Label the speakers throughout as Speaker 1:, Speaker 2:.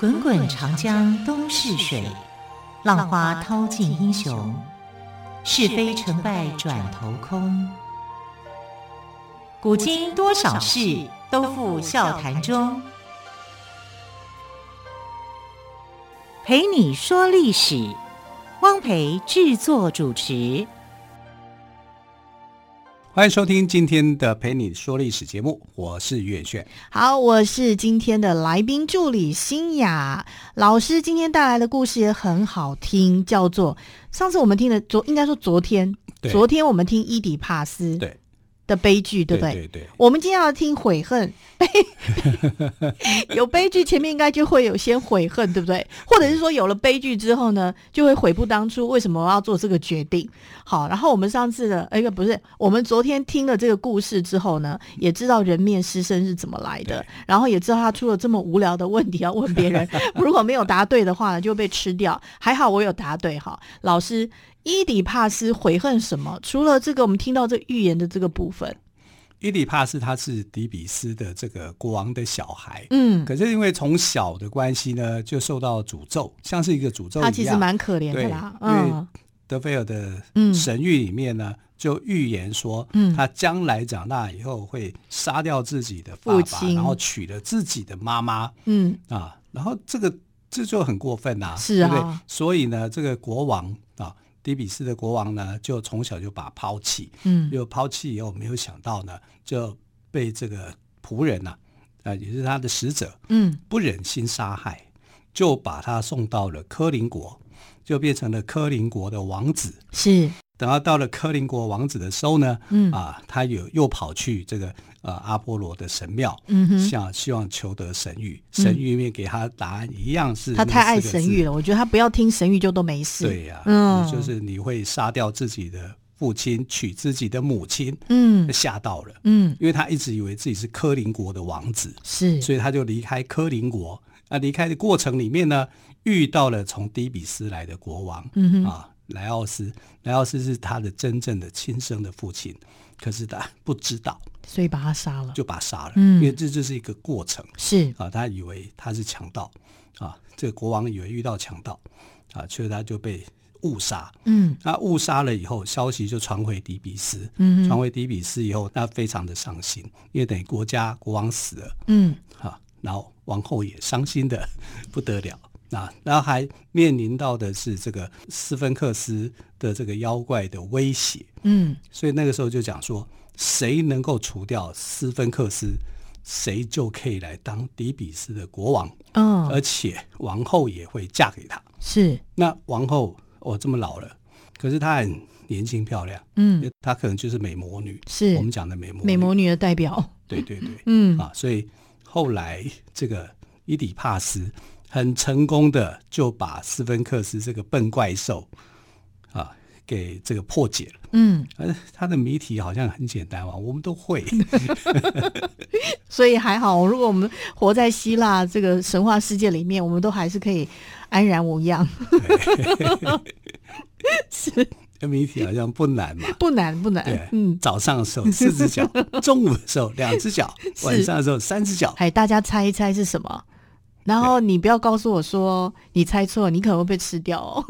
Speaker 1: 滚滚长江东逝水，浪花淘尽英雄。是非成败转头空。古今多少事，都付笑谈中。陪你说历史，汪培制作主持。
Speaker 2: 欢迎收听今天的陪你说历史节目，我是于远炫。
Speaker 3: 好，我是今天的来宾助理新雅老师。今天带来的故事也很好听，叫做上次我们听的应该说昨天我们听伊底帕斯的悲剧，对不对？
Speaker 2: 对。
Speaker 3: 我们今天要听悔恨，有悲剧前面应该就会有先悔恨，对不对？或者是说有了悲剧之后呢，就会悔不当初，为什么我要做这个决定？好，然后我们上次的我们昨天听了这个故事之后呢，也知道人面狮身是怎么来的，然后也知道他出了这么无聊的问题要问别人，如果没有答对的话呢，就被吃掉。还好我有答对哈，老师。伊底帕斯悔恨什么？除了这个我们听到这预言的这个部分，
Speaker 2: 伊底帕斯他是底比斯的这个国王的小孩，可是因为从小的关系呢，就受到诅咒，像是一个诅咒一样。
Speaker 3: 他其实蛮可怜的啦，
Speaker 2: 因为德菲尔的神谕里面呢，就预言说，他将来长大以后会杀掉自己的爸爸，然后娶了自己的妈妈，然后这就很过分啊，
Speaker 3: 是啊，
Speaker 2: 对不对？所以呢，这个国王啊。底比斯的国王呢，就从小就把他抛弃，就抛弃以后，没有想到呢，就被这个仆人也是他的使者，不忍心杀害，就把他送到了科林国，就变成了科林国的王子。是，等到了科林国王子的时候呢，他又跑去这个阿波罗的神庙，希望求得神谕。神谕里面给他答案一样是
Speaker 3: 他太爱神谕了，我觉得他不要听神谕就都没事。
Speaker 2: 对呀，就是你会杀掉自己的父亲，娶自己的母亲，吓到了，因为他一直以为自己是科林国的王子，是，所以他就离开科林国。离开的过程里面呢，遇到了从底比斯来的国王，莱奥斯是他的真正的亲生的父亲，可是他不知道，
Speaker 3: 所以把他杀了，
Speaker 2: 就把他杀了，因为这就是一个过程，
Speaker 3: 是
Speaker 2: 他以为他是强盗，这个国王以为遇到强盗，所以他就被误杀，那误杀了以后，消息就传回底比斯，传回底比斯以后，他非常的伤心，因为等于国王死了，然后王后也伤心的不得了。然后还面临到的是这个斯芬克斯的这个妖怪的威胁，所以那个时候就讲说，谁能够除掉斯芬克斯，谁就可以来当底比斯的国王，而且王后也会嫁给他。是，那王后这么老了，可是她很年轻漂亮，她可能就是美魔女，是我们讲的美魔女
Speaker 3: 的代表。
Speaker 2: 对，所以后来这个伊底帕斯很成功的就把斯芬克斯这个笨怪兽给这个破解了。他的谜题好像很简单嘛，我们都会。
Speaker 3: 所以还好，如果我们活在希腊这个神话世界里面，我们都还是可以安然无恙。
Speaker 2: 是。谜题好像不难嘛，
Speaker 3: 不难。
Speaker 2: 对，早上的时候4只脚，中午的时候2只脚，晚上的时候3只脚。
Speaker 3: 大家猜一猜是什么？然后你不要告诉我说你猜错，你可能会被吃掉哦。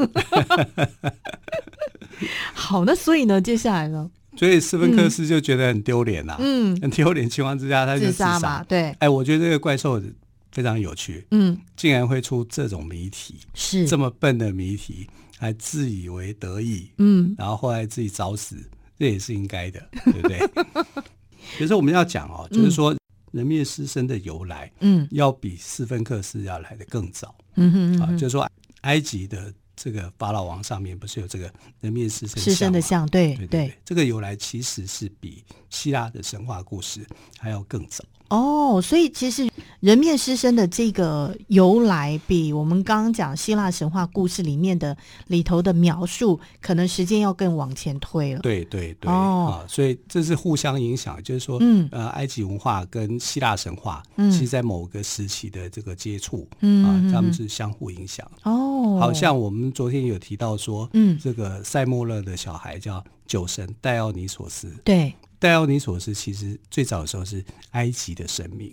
Speaker 3: 好，那所以呢，接下来呢？
Speaker 2: 所以斯芬克斯就觉得很丢脸啊，很丢脸情况之下，他就自杀嘛。对，我觉得这个怪兽非常有趣，竟然会出这种谜题，是这么笨的谜题。还自以为得意，然后后来自己找死，这也是应该的，对不对？可是我们要讲就是说人面狮身的由来，要比斯芬克斯要来得更早，就是说埃及的这个法老王上面不是有这个人面狮身的像，对，这个由来其实是比希腊的神话故事还要更早。
Speaker 3: 所以其实人面狮身的这个由来比我们刚刚讲希腊神话故事里头的描述可能时间要更往前推了。对，
Speaker 2: 所以这是互相影响，就是说埃及文化跟希腊神话其实在某个时期的这个接触，他们是相互影响。好像我们昨天有提到说这个塞莫勒的小孩叫酒神戴奥尼索斯，对，戴奥尼索斯其实最早的时候是埃及的神明，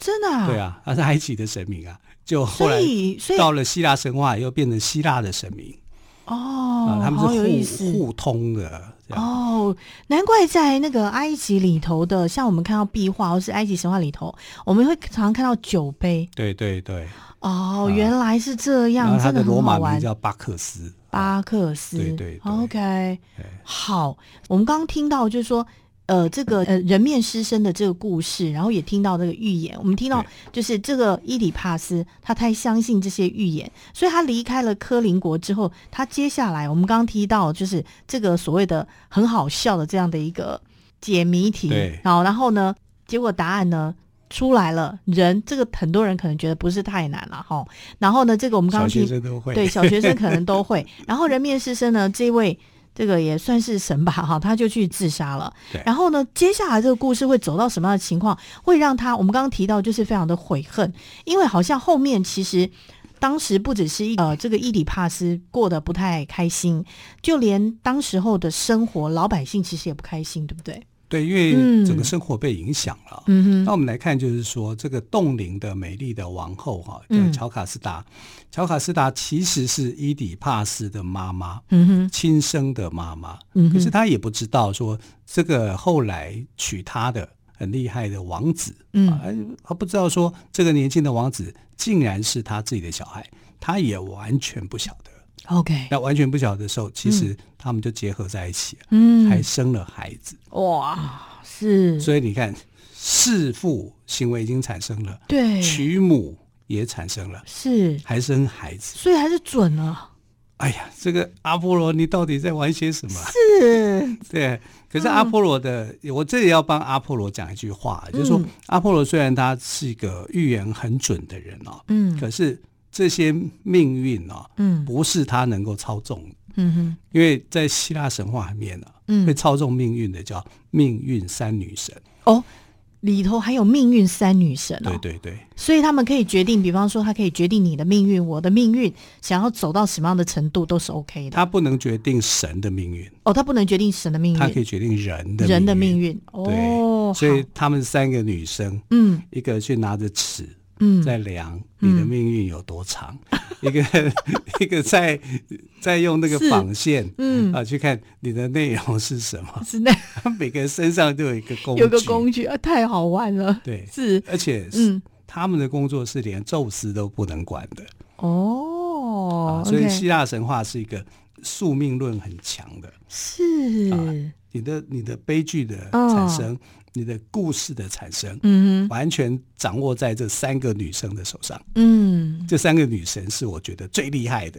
Speaker 3: 真的啊？
Speaker 2: 对啊，他是埃及的神明啊，就后来到了希腊神话又变成希腊的神明。他们是互通的。
Speaker 3: 难怪在那个埃及里头的，像我们看到壁画或是埃及神话里头，我们会常常看到酒杯。
Speaker 2: 对对对。
Speaker 3: 原来是这样。然后
Speaker 2: 他的罗马名叫巴克斯。
Speaker 3: 对
Speaker 2: 对。
Speaker 3: OK， 好，我们刚刚听到就是说。这个人面狮身的这个故事，然后也听到这个预言，我们听到就是这个伊底帕斯他太相信这些预言，所以他离开了科林国之后，他接下来我们刚刚提到就是这个所谓的很好笑的这样的一个解谜题，然后呢，结果答案呢出来了，这个很多人可能觉得不是太难了哈，然后呢，这个我们刚刚
Speaker 2: 小学生都会，
Speaker 3: 对，小学生可能都会，然后人面狮身呢，这位。这个也算是神吧哈，他就去自杀了。然后呢，接下来这个故事会走到什么样的情况，会让他我们刚刚提到就是非常的悔恨，因为好像后面其实当时不只是这个伊底帕斯过得不太开心，就连当时候的生活老百姓其实也不开心，对不对？
Speaker 2: 对，因为整个生活被影响了。那我们来看，就是说这个冻龄的美丽的王后叫乔卡斯达。乔卡斯达其实是伊底帕斯的妈妈，亲生的妈妈。可是她也不知道说这个后来娶她的很厉害的王子，她不知道说这个年轻的王子竟然是她自己的小孩，她也完全不晓得。
Speaker 3: OK，
Speaker 2: 那完全不晓得的时候，其实他们就结合在一起了，还生了孩子。
Speaker 3: 哇，是，
Speaker 2: 所以你看，弑父行为已经产生了，
Speaker 3: 对，
Speaker 2: 娶母也产生了，
Speaker 3: 是，
Speaker 2: 还生孩子，
Speaker 3: 所以还是准了。
Speaker 2: 哎呀，这个阿波罗，你到底在玩些什么？
Speaker 3: 是，
Speaker 2: 对。可是阿波罗的，我这里要帮阿波罗讲一句话，就是说，阿波罗虽然他是一个预言很准的人可是。这些命运不是他能够操纵的，因为在希腊神话里面会操纵命运的叫命运三女神。
Speaker 3: 里头还有命运三女神
Speaker 2: 对对对，
Speaker 3: 所以他们可以决定，比方说他可以决定你的命运，我的命运，想要走到什么样的程度都是 OK 的。
Speaker 2: 他不能决定神的命运，
Speaker 3: 他不能决定神的命运，
Speaker 2: 他可以决定人的命运。
Speaker 3: 对，
Speaker 2: 所以他们三个女生，一个去拿着尺。在量你的命运有多长，一个在用那个纺线，去看你的内容是什么。是那每个人身上都有一个工具，
Speaker 3: 太好玩了。
Speaker 2: 对，
Speaker 3: 是，
Speaker 2: 而且他们的工作是连宙斯都不能管的。所以希腊神话是一个宿命论很强的。
Speaker 3: 是，
Speaker 2: 你的悲剧的产生。你的故事的产生，完全掌握在这三个女生的手上。这三个女神是我觉得最厉害的。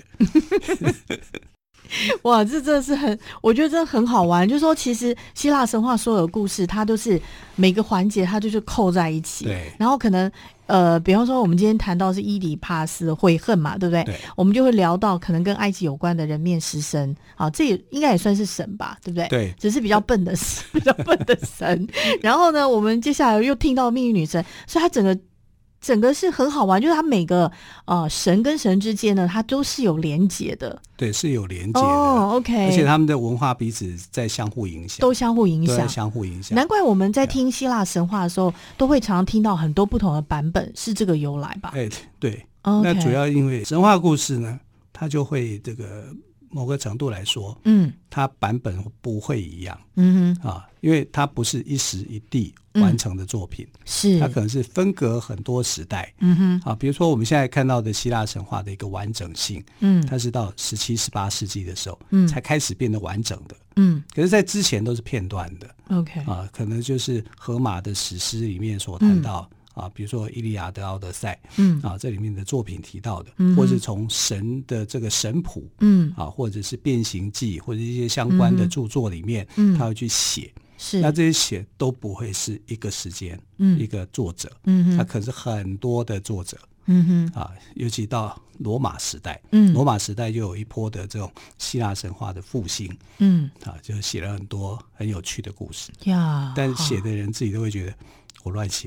Speaker 3: 哇，这真的是我觉得真的很好玩。就是说，其实希腊神话所有的故事，它都是每个环节它就是扣在一起。
Speaker 2: 对，
Speaker 3: 然后可能比方说我们今天谈到是伊底帕斯的悔恨嘛，对不对？
Speaker 2: 对，
Speaker 3: 我们就会聊到可能跟埃及有关的人面狮身，这也应该也算是神吧，对不对？
Speaker 2: 对，
Speaker 3: 只是比较笨的神。然后呢，我们接下来又听到命运女神，所以它整个是很好玩，就是它每个神跟神之间呢，它都是有连结的。
Speaker 2: 对，是有连结的。
Speaker 3: OK，
Speaker 2: 而且他们的文化彼此在相互影响，
Speaker 3: 都相互影响。难怪我们在听希腊神话的时候，都会常常听到很多不同的版本，是这个由来吧？
Speaker 2: 对。那主要因为神话故事呢，它就会这个某个程度来说，它版本不会一样，因为它不是一时一地完成的作品，
Speaker 3: 是
Speaker 2: 它可能是分隔很多时代，比如说我们现在看到的希腊神话的一个完整性，它是到17、18世纪的时候，才开始变得完整的，可是在之前都是片段的
Speaker 3: ，OK，
Speaker 2: 可能就是荷马的史诗里面所谈到。比如说《伊利亚德》《奥德赛》，这里面的作品提到的，或是从神的这个神谱，或者是《变形记》或者一些相关的著作里面，他会去写。是，那这些写都不会是一个时间，一个作者，他可能是很多的作者。尤其到罗马时代，罗马时代就有一波的这种希腊神话的复兴，就写了很多很有趣的故事呀。但写的人自己都会觉得我乱写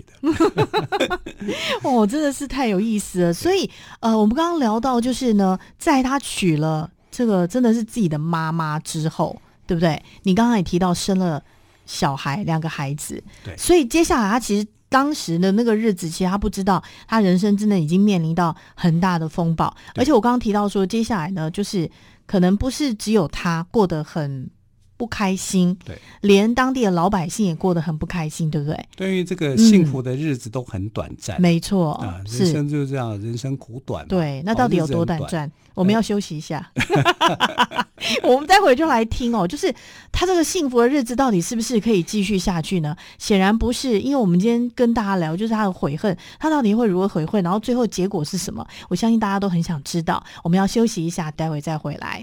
Speaker 2: 的，
Speaker 3: 真的是太有意思了。所以我们刚刚聊到，就是呢，在他娶了这个真的是自己的妈妈之后，对不对？你刚刚也提到生了小孩，2个孩子，
Speaker 2: 对，
Speaker 3: 所以接下来他其实当时的那个日子，其实他不知道他人生真的已经面临到很大的风暴。而且我刚刚提到说，接下来呢，就是可能不是只有他过得很不开心，
Speaker 2: 对，
Speaker 3: 连当地的老百姓也过得很不开心，对不对？
Speaker 2: 对于这个幸福的日子都很短暂，
Speaker 3: 没错，
Speaker 2: 人生就是这样，人生苦短嘛。
Speaker 3: 对，那到底有多短暂？我们要休息一下，我们待会就来听哦。就是他这个幸福的日子到底是不是可以继续下去呢？显然不是，因为我们今天跟大家聊就是他的悔恨，他到底会如何悔恨，然后最后结果是什么？我相信大家都很想知道。我们要休息一下，待会再回来。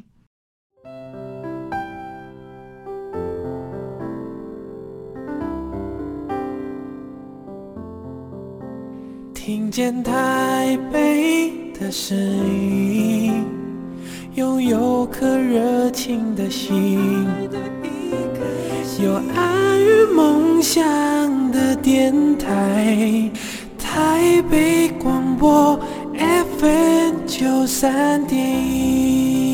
Speaker 4: 听见台北的声音，拥有颗热情的心，有爱与梦想的电台，台北广播 FM93.1。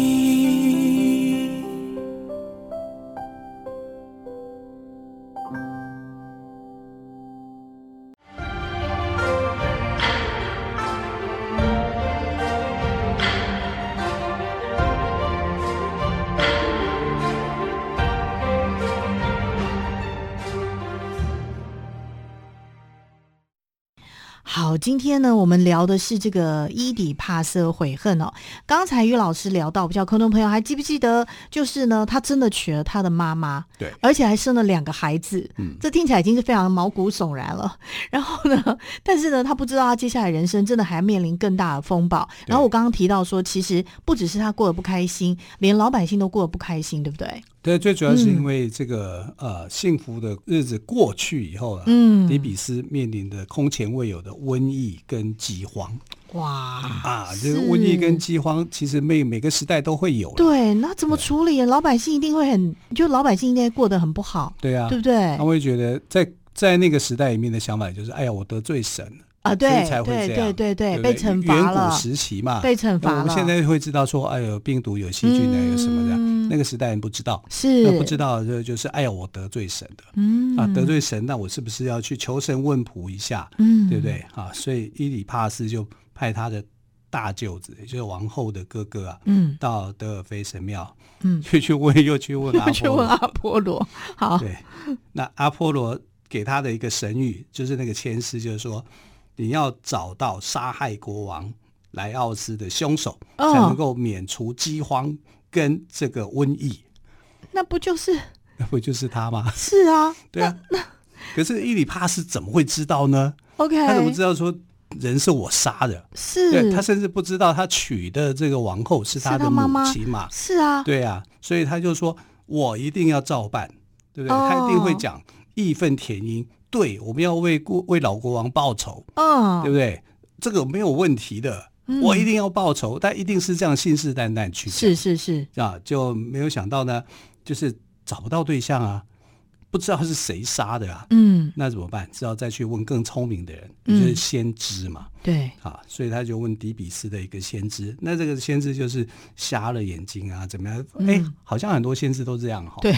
Speaker 3: 好，今天呢，我们聊的是这个伊底帕斯的悔恨哦。刚才于老师聊到，不知道观众朋友还记不记得，就是呢，他真的娶了他的妈妈，
Speaker 2: 对，
Speaker 3: 而且还生了2个孩子，这听起来已经是非常毛骨悚然了。然后呢，但是呢，他不知道他接下来人生真的还面临更大的风暴。然后我刚刚提到说，其实不只是他过得不开心，连老百姓都过得不开心，对不对？
Speaker 2: 对，最主要是因为这个幸福的日子过去以后底比斯面临的空前未有的瘟疫跟饥荒。
Speaker 3: 哇
Speaker 2: 这个瘟疫跟饥荒其实每个时代都会有。
Speaker 3: 对，那怎么处理？老百姓一定会老百姓应该过得很不好。
Speaker 2: 对啊，
Speaker 3: 对不对？
Speaker 2: 他会觉得在那个时代里面的想法就是，哎呀，我得罪神了。
Speaker 3: 对，
Speaker 2: 所以才会这样，
Speaker 3: 对，
Speaker 2: 被
Speaker 3: 惩罚了。
Speaker 2: 远古时期嘛，
Speaker 3: 被惩罚了。
Speaker 2: 我们现在会知道说，哎呦，病毒有细菌有什么的，那个时代人不知道，
Speaker 3: 是
Speaker 2: 不知道就是哎呀，我得罪神的，得罪神，那我是不是要去求神问卜一下，对不对啊？所以伊底帕斯就派他的大舅子，也就是王后的哥哥到德尔菲神庙，又去问阿
Speaker 3: 波罗，好，
Speaker 2: 对，那阿波罗给他的一个神谕，就是那个签诗，就是说，你要找到杀害国王莱奥斯的凶手，才能够免除饥荒跟这个瘟疫。
Speaker 3: 那不就是
Speaker 2: 他吗？
Speaker 3: 是啊，
Speaker 2: 对啊。可是伊底帕斯怎么会知道呢
Speaker 3: ？OK，
Speaker 2: 他怎么知道说人是我杀的？
Speaker 3: 是，
Speaker 2: 对，他甚至不知道他娶的这个王后是他的母亲嘛？
Speaker 3: 是啊，
Speaker 2: 对啊，所以他就说我一定要照办，对不对？他一定会讲义愤填膺。对，我们要为老国王报仇，对不对？这个没有问题的，我一定要报仇，但一定是这样信誓旦旦去讲，
Speaker 3: 是
Speaker 2: 就没有想到呢，就是找不到对象啊，不知道是谁杀的啊，那怎么办？只好再去问更聪明的人，就是先知嘛，
Speaker 3: 对
Speaker 2: 所以他就问底比斯的一个先知，那这个先知就是瞎了眼睛啊，怎么样？好像很多先知都这样
Speaker 3: 对。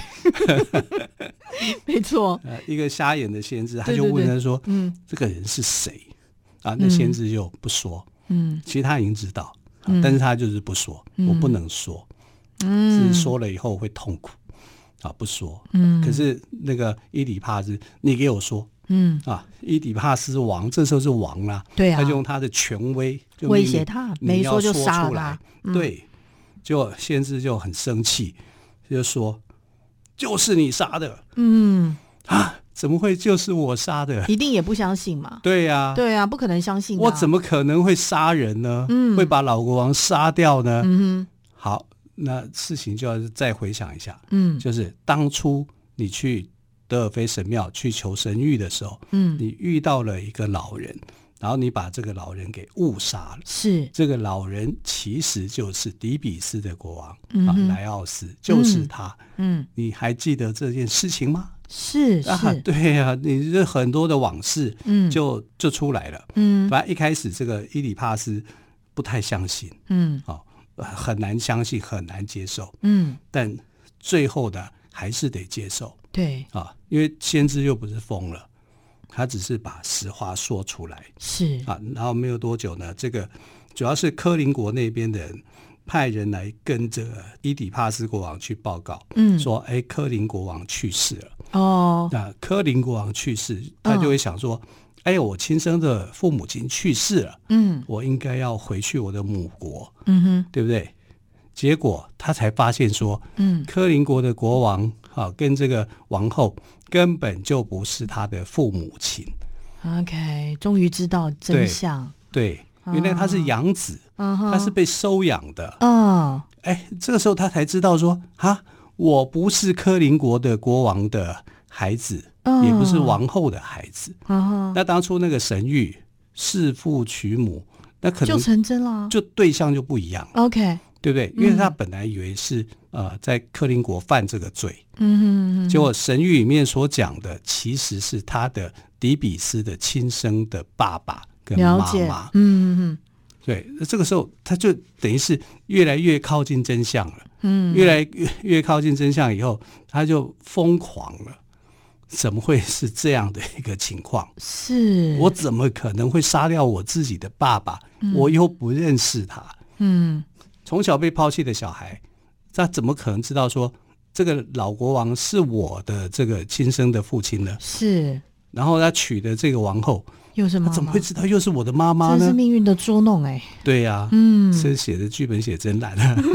Speaker 3: 没错，
Speaker 2: 一个瞎眼的先知，他就问他说：“这个人是谁？”那先知就不说。其实他已经知道，但是他就是不说，我不能说，是说了以后会痛苦，不说。可是那个伊底帕斯，你给我说，伊底帕斯王这时候是王啦，
Speaker 3: 对啊，
Speaker 2: 他就用他的权威就
Speaker 3: 威胁他，没说就杀了他。
Speaker 2: 对，就先知就很生气，就说。就是你杀的，怎么会就是我杀的？
Speaker 3: 一定也不相信嘛。
Speaker 2: 对呀，
Speaker 3: 对呀，不可能相信。
Speaker 2: 我怎么可能会杀人呢？会把老国王杀掉呢？好，那事情就要再回想一下。就是当初你去德尔菲神庙去求神谕的时候，你遇到了一个老人。然后你把这个老人给误杀了，
Speaker 3: 是这
Speaker 2: 个老人其实就是底比斯的国王莱奥斯，就是他。你还记得这件事情吗？
Speaker 3: 是
Speaker 2: 对啊，你这很多的往事就出来了。反正一开始这个伊底帕斯不太相信，很难相信，很难接受。但最后呢，还是得接受。
Speaker 3: 对
Speaker 2: 因为先知又不是疯了。 他只是把实话说出来，
Speaker 3: 是
Speaker 2: 啊，然后没有多久呢，这个主要是科林国那边的人派人来跟这个伊底帕斯国王去报告，说科林国王去世了。哦，那科林国王去世，他就会想说，我亲生的父母亲去世了，我应该要回去我的母国，对不对？结果他才发现说，科林国的国王跟这个王后根本就不是他的父母亲。
Speaker 3: OK， 终于知道真相。
Speaker 2: 对，原来他是养子，他是被收养的。这个时候他才知道说，我不是科林国的国王的孩子，也不是王后的孩子。那当初那个神谕弑父娶母，那可能
Speaker 3: 就成真了，
Speaker 2: 就对象就不一样。
Speaker 3: OK，
Speaker 2: 对不对？因为他本来以为是在科林国犯这个罪，结果神谕里面所讲的其实是他的底比斯的亲生的爸爸跟妈妈。对，这个时候他就等于是越来越靠近真相了。越来越靠近真相以后，他就疯狂了。怎么会是这样的一个情况？
Speaker 3: 是
Speaker 2: 我怎么可能会杀掉我自己的爸爸？我又不认识他。从小被抛弃的小孩，他怎么可能知道说这个老国王是我的这个亲生的父亲呢？
Speaker 3: 是。
Speaker 2: 然后他娶的这个王后
Speaker 3: 又是妈妈，
Speaker 2: 他怎么会知道又是我的妈妈呢？
Speaker 3: 这是命运的捉弄
Speaker 2: 对呀，这写的剧本写真烂。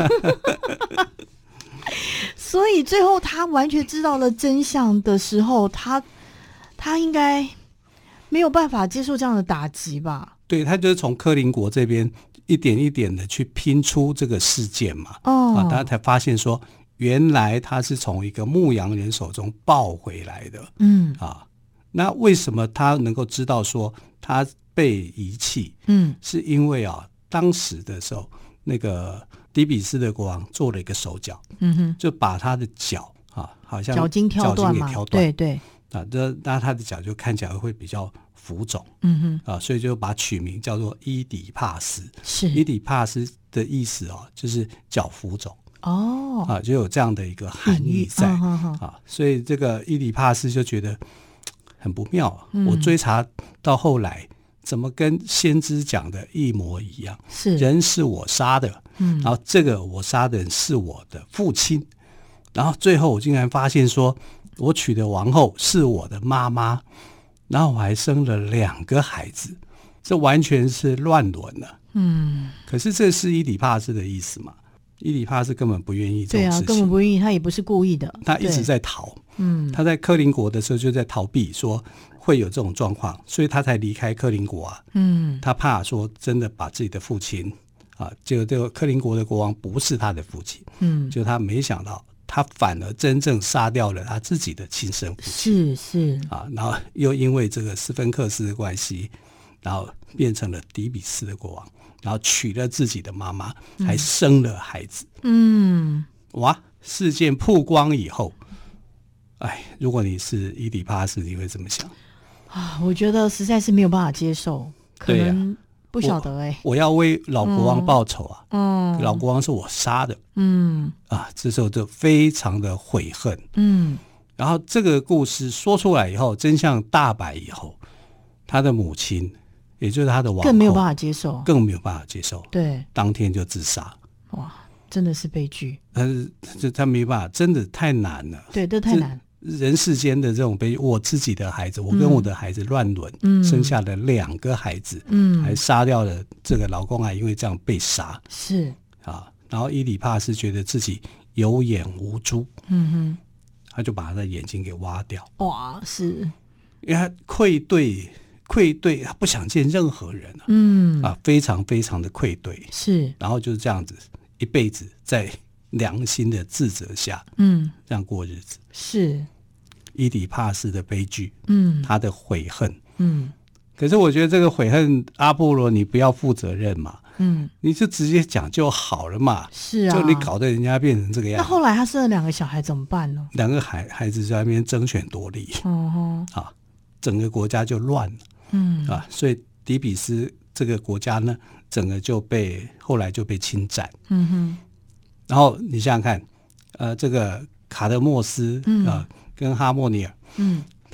Speaker 3: 所以最后他完全知道了真相的时候，他应该没有办法接受这样的打击吧？
Speaker 2: 对，他就是从科林国这边一点一点的去拼出这个事件嘛。他才发现说，原来他是从一个牧羊人手中抱回来的。那为什么他能够知道说他被遗弃？是因为当时的时候，那个底比斯的国王做了一个手脚，就把他的脚好像
Speaker 3: 脚筋挑断嘛，对对，
Speaker 2: 那他的脚就看起来会比较浮肿，所以就把取名叫做伊底帕斯。
Speaker 3: 是
Speaker 2: 伊底帕斯的意思就是脚浮肿。就有这样的一个含义在。所以这个伊底帕斯就觉得很不妙。我追查到后来，怎么跟先知讲的一模一样？是人是我杀的，然后这个我杀的人是我的父亲，然后最后我竟然发现说，我娶的王后是我的妈妈，然后我还生了2个孩子，这完全是乱伦了。可是这是伊底帕斯的意思嘛？伊底帕斯根本不愿意这种事情，
Speaker 3: 根本不愿意，他也不是故意的，
Speaker 2: 他一直在逃。他在科林国的时候就在逃避说会有这种状况，所以他才离开科林国。他怕说真的把自己的父亲结果这个科林国的国王不是他的父亲，就他没想到他反而真正杀掉了他自己的亲生父亲。
Speaker 3: 是
Speaker 2: 然后又因为这个斯芬克斯的关系，然后变成了底比斯的国王，然后娶了自己的妈妈，还生了孩子。哇！事件曝光以后，如果你是伊底帕斯，你会怎么想？
Speaker 3: 我觉得实在是没有办法接受，可能不晓得
Speaker 2: 我要为老国王报仇老国王是我杀的。这时候就非常的悔恨。然后这个故事说出来以后，真相大白以后，他的母亲，也就是他的王后，
Speaker 3: 更没有办法接受，
Speaker 2: 对，当天就自杀。
Speaker 3: 哇，真的是悲剧。
Speaker 2: 但是他没办法，真的太难了。
Speaker 3: 对，这太难。
Speaker 2: 人世间的这种悲剧，我自己的孩子，我跟我的孩子乱伦，生下了2个孩子，还杀掉了这个老公，还因为这样被杀。
Speaker 3: 是
Speaker 2: 然后伊底帕斯觉得自己有眼无珠，他就把他的眼睛给挖掉。
Speaker 3: 哇，是
Speaker 2: 因为他愧对，他不想见任何人非常非常的愧对。是，然后就是这样子一辈子在良心的自责下，这样过日子。是伊底帕斯的悲剧，他的悔恨。可是我觉得这个悔恨，阿波罗你不要负责任嘛，你就直接讲就好了嘛。是啊，就你搞得人家变成这个样子。
Speaker 3: 那后来他生了2个小孩怎么办呢
Speaker 2: ？2个孩子在那边争权夺利，整个国家就乱了。所以底比斯这个国家呢，整个后来就被侵占。然后你想想看，这个卡德莫斯跟哈莫尼尔，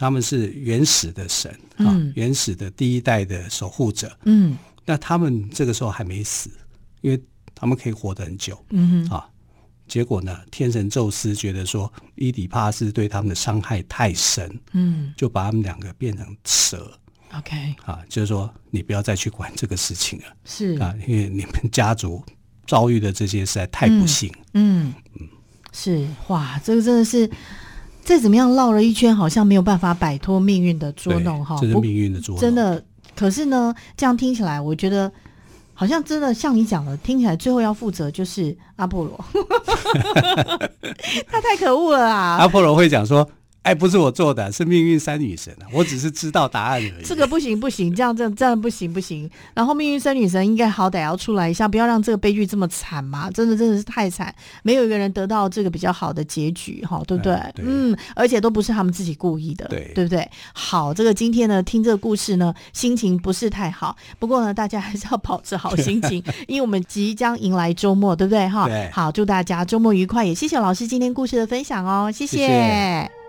Speaker 2: 他们是原始的神原始的第一代的守护者。那他们这个时候还没死，因为他们可以活得很久。结果呢，天神宙斯觉得说伊底帕斯对他们的伤害太深，就把他们2个变成蛇。
Speaker 3: OK，
Speaker 2: 就是说你不要再去管这个事情了，
Speaker 3: 是
Speaker 2: 因为你们家族遭遇的这些实在太不幸。
Speaker 3: 是哇，这个真的是再怎么样绕了一圈，好像没有办法摆脱命运的捉弄哈。
Speaker 2: 这是命运的捉弄，
Speaker 3: 真的。可是呢，这样听起来，我觉得好像真的像你讲的，听起来最后要负责就是阿波罗，他太可恶了啊！
Speaker 2: 阿波罗会讲说：“哎，不是我做的，是命运3女神啊，我只是知道答案而已。”
Speaker 3: 这个不行，这样不行。然后命运3女神应该好歹要出来一下，不要让这个悲剧这么惨嘛！真的是太惨，没有一个人得到这个比较好的结局哈，对不对？而且都不是他们自己故意的，对不对？好，这个今天呢，听这个故事呢，心情不是太好，不过呢，大家还是要保持好心情，因为我们即将迎来周末，对不对？哈，好，祝大家周末愉快，也谢谢老师今天故事的分享哦，谢谢。